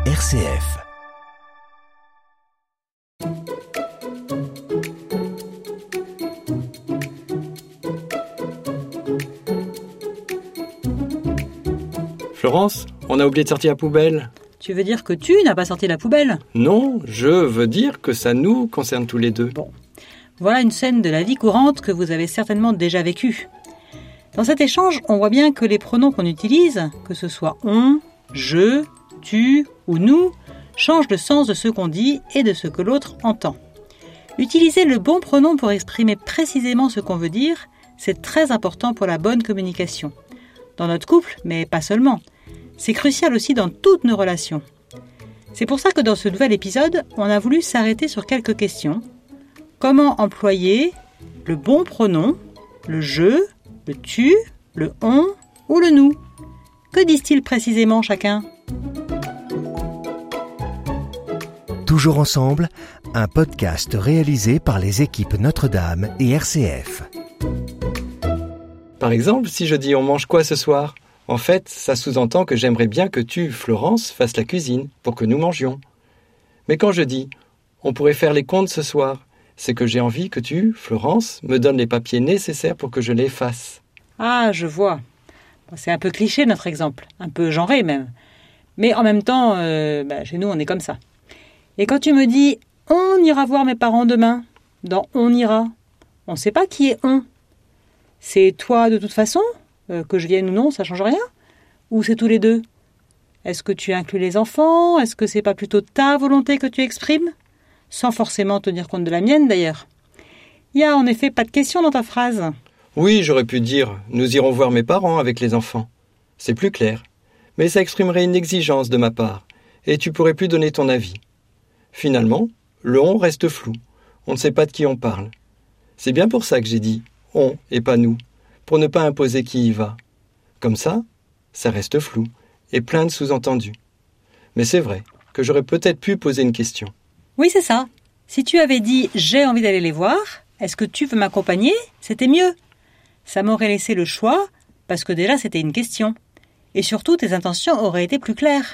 RCF. Florence, on a oublié de sortir la poubelle. Tu veux dire que tu n'as pas sorti la poubelle? Non, je veux dire que ça nous concerne tous les deux. Bon, voilà une scène de la vie courante que vous avez certainement déjà vécue. Dans cet échange, on voit bien que les pronoms qu'on utilise, que ce soit on, je, tu ou nous, changent le sens de ce qu'on dit et de ce que l'autre entend. Utiliser le bon pronom pour exprimer précisément ce qu'on veut dire, c'est très important pour la bonne communication. Dans notre couple, mais pas seulement. C'est crucial aussi dans toutes nos relations. C'est pour ça que dans ce nouvel épisode, on a voulu s'arrêter sur quelques questions. Comment employer le bon pronom, le je, le tu, le on ou le nous? Que disent-ils précisément chacun? Toujours ensemble, un podcast réalisé par les équipes Notre-Dame et RCF. Par exemple, si je dis « on mange quoi ce soir ?» En fait, ça sous-entend que j'aimerais bien que tu, Florence, fasses la cuisine pour que nous mangions. Mais quand je dis « on pourrait faire les comptes ce soir », c'est que j'ai envie que tu, Florence, me donnes les papiers nécessaires pour que je les fasse. Ah, je vois. C'est un peu cliché notre exemple, un peu genré même. Mais en même temps, chez nous on est comme ça. Et quand tu me dis « on ira voir mes parents demain », dans « on ira », on ne sait pas qui est « on ». C'est toi de toute façon ? Que je vienne ou non, ça change rien? Ou c'est tous les deux? Est-ce que tu inclus les enfants? Est-ce que c'est pas plutôt ta volonté que tu exprimes? Sans forcément tenir compte de la mienne d'ailleurs. Il y a en effet pas de question dans ta phrase. Oui, j'aurais pu dire « nous irons voir mes parents avec les enfants ». C'est plus clair. Mais ça exprimerait une exigence de ma part, et tu pourrais plus donner ton avis. Finalement, le « on » reste flou. On ne sait pas de qui on parle. C'est bien pour ça que j'ai dit « on » et pas « nous ». Pour ne pas imposer qui y va. Comme ça reste flou et plein de sous-entendus. Mais c'est vrai que j'aurais peut-être pu poser une question. Oui, c'est ça. Si tu avais dit « j'ai envie d'aller les voir, est-ce que tu veux m'accompagner ?» C'était mieux. Ça m'aurait laissé le choix, parce que déjà c'était une question. Et surtout, tes intentions auraient été plus claires.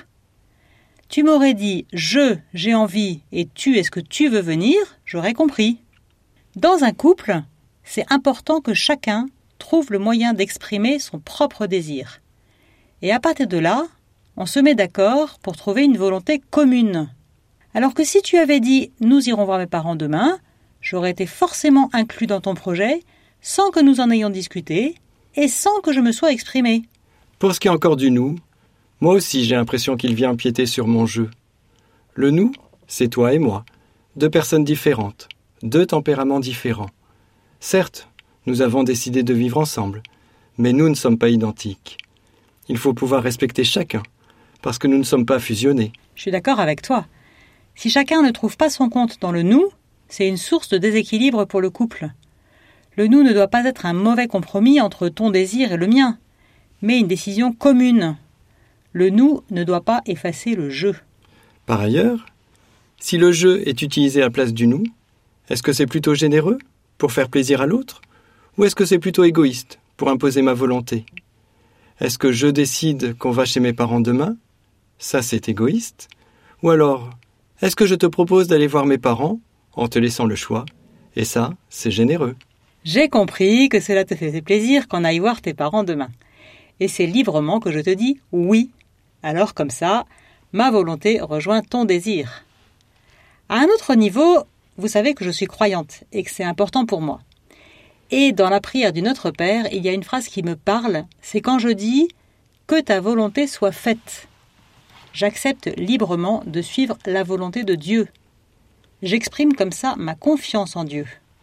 Tu m'aurais dit « j'ai envie » et « est-ce que tu veux venir ?» J'aurais compris. Dans un couple, c'est important que chacun trouve le moyen d'exprimer son propre désir. Et à partir de là, on se met d'accord pour trouver une volonté commune. Alors que si tu avais dit « nous irons voir mes parents demain », j'aurais été forcément inclus dans ton projet sans que nous en ayons discuté et sans que je me sois exprimé. Pour ce qui est encore du « nous », moi aussi j'ai l'impression qu'il vient empiéter sur mon jeu. Le « nous », c'est toi et moi, deux personnes différentes, deux tempéraments différents. Certes, nous avons décidé de vivre ensemble, mais nous ne sommes pas identiques. Il faut pouvoir respecter chacun, parce que nous ne sommes pas fusionnés. Je suis d'accord avec toi. Si chacun ne trouve pas son compte dans le « nous », c'est une source de déséquilibre pour le couple. Le « nous » ne doit pas être un mauvais compromis entre ton désir et le mien, mais une décision commune. Le « nous » ne doit pas effacer le « je ». Par ailleurs, si le « je » est utilisé à la place du « nous », est-ce que c'est plutôt généreux, pour faire plaisir à l'autre ? Ou est-ce que c'est plutôt égoïste, pour imposer ma volonté? Est-ce que je décide qu'on va chez mes parents demain? Ça, c'est égoïste. Ou alors, est-ce que je te propose d'aller voir mes parents, en te laissant le choix? Et ça, c'est généreux. J'ai compris que cela te faisait plaisir qu'on aille voir tes parents demain. Et c'est librement que je te dis oui. Alors comme ça, ma volonté rejoint ton désir. À un autre niveau, vous savez que je suis croyante et que c'est important pour moi. Et dans la prière du Notre Père, il y a une phrase qui me parle, c'est quand je dis « que ta volonté soit faite ». J'accepte librement de suivre la volonté de Dieu. J'exprime comme ça ma confiance en Dieu.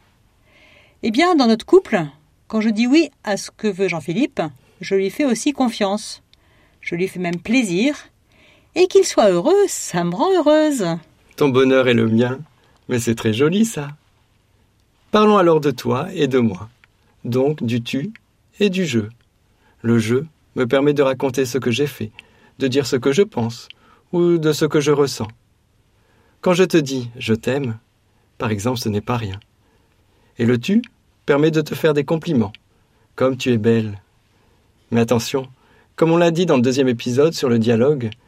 Eh bien, dans notre couple, quand je dis oui à ce que veut Jean-Philippe, je lui fais aussi confiance. Je lui fais même plaisir. Et qu'il soit heureux, ça me rend heureuse. Ton bonheur est le mien, mais c'est très joli ça. Parlons alors de toi et de moi, donc du tu et du je. Le je me permet de raconter ce que j'ai fait, de dire ce que je pense ou de ce que je ressens. Quand je te dis « je t'aime », par exemple, ce n'est pas rien. Et le tu permet de te faire des compliments, comme tu es belle. Mais attention, comme on l'a dit dans le 2e épisode sur le dialogue,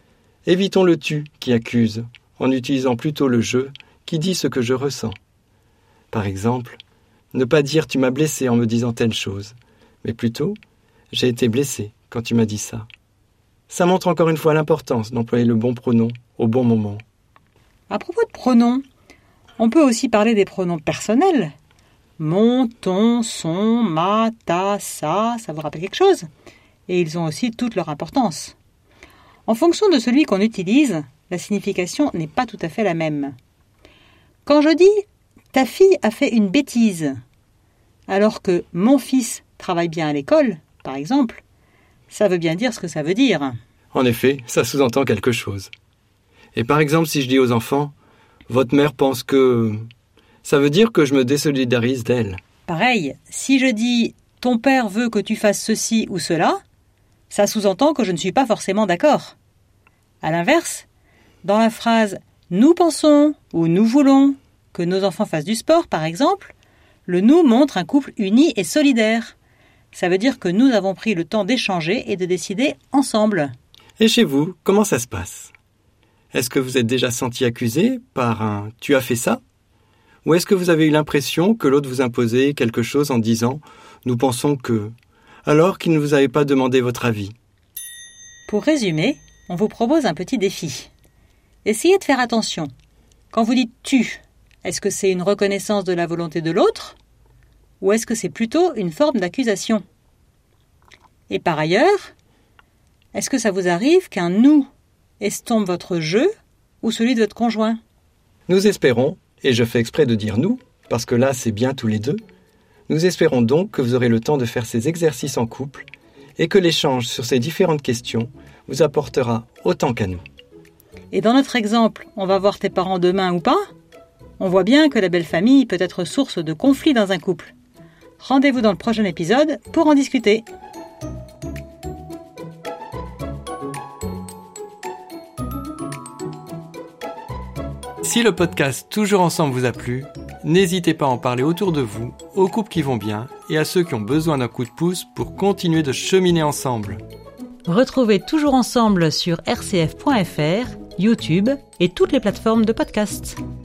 Évitons le tu qui accuse, en utilisant plutôt le je qui dit ce que je ressens. Par exemple, ne pas dire tu m'as blessé en me disant telle chose, mais plutôt j'ai été blessé quand tu m'as dit ça. Ça montre encore une fois l'importance d'employer le bon pronom au bon moment. À propos de pronoms, on peut aussi parler des pronoms personnels. Mon, ton, son, ma, ta, ça vous rappelle quelque chose? Et ils ont aussi toute leur importance. En fonction de celui qu'on utilise, la signification n'est pas tout à fait la même. Quand je dis « ta fille a fait une bêtise », alors que « mon fils travaille bien à l'école », par exemple, ça veut bien dire ce que ça veut dire. En effet, ça sous-entend quelque chose. Et par exemple, si je dis aux enfants « votre mère pense que… », ça veut dire que je me désolidarise d'elle. Pareil, si je dis « ton père veut que tu fasses ceci ou cela », ça sous-entend que je ne suis pas forcément d'accord. À l'inverse, dans la phrase « nous pensons » ou « nous voulons » que nos enfants fassent du sport, par exemple, le « nous » montre un couple uni et solidaire. Ça veut dire que nous avons pris le temps d'échanger et de décider ensemble. Et chez vous, comment ça se passe? Est-ce que vous êtes déjà senti accusé par un « tu as fait ça » ou est-ce que vous avez eu l'impression que l'autre vous imposait quelque chose en disant « nous pensons que », alors qu'il ne vous avait pas demandé votre avis? Pour résumer, on vous propose un petit défi. Essayez de faire attention. Quand vous dites « tu », est-ce que c'est une reconnaissance de la volonté de l'autre ou est-ce que c'est plutôt une forme d'accusation? Et par ailleurs, est-ce que ça vous arrive qu'un « nous » estompe votre « je » ou celui de votre conjoint? Nous espérons, et je fais exprès de dire « nous », parce que là c'est bien tous les deux, nous espérons donc que vous aurez le temps de faire ces exercices en couple et que l'échange sur ces différentes questions vous apportera autant qu'à nous. Et dans notre exemple, on va voir tes parents demain ou pas? On voit bien que la belle famille peut être source de conflits dans un couple. Rendez-vous dans le prochain épisode pour en discuter. Si le podcast Toujours Ensemble vous a plu, n'hésitez pas à en parler autour de vous, aux couples qui vont bien et à ceux qui ont besoin d'un coup de pouce pour continuer de cheminer ensemble. Retrouvez Toujours Ensemble sur rcf.fr, YouTube et toutes les plateformes de podcast.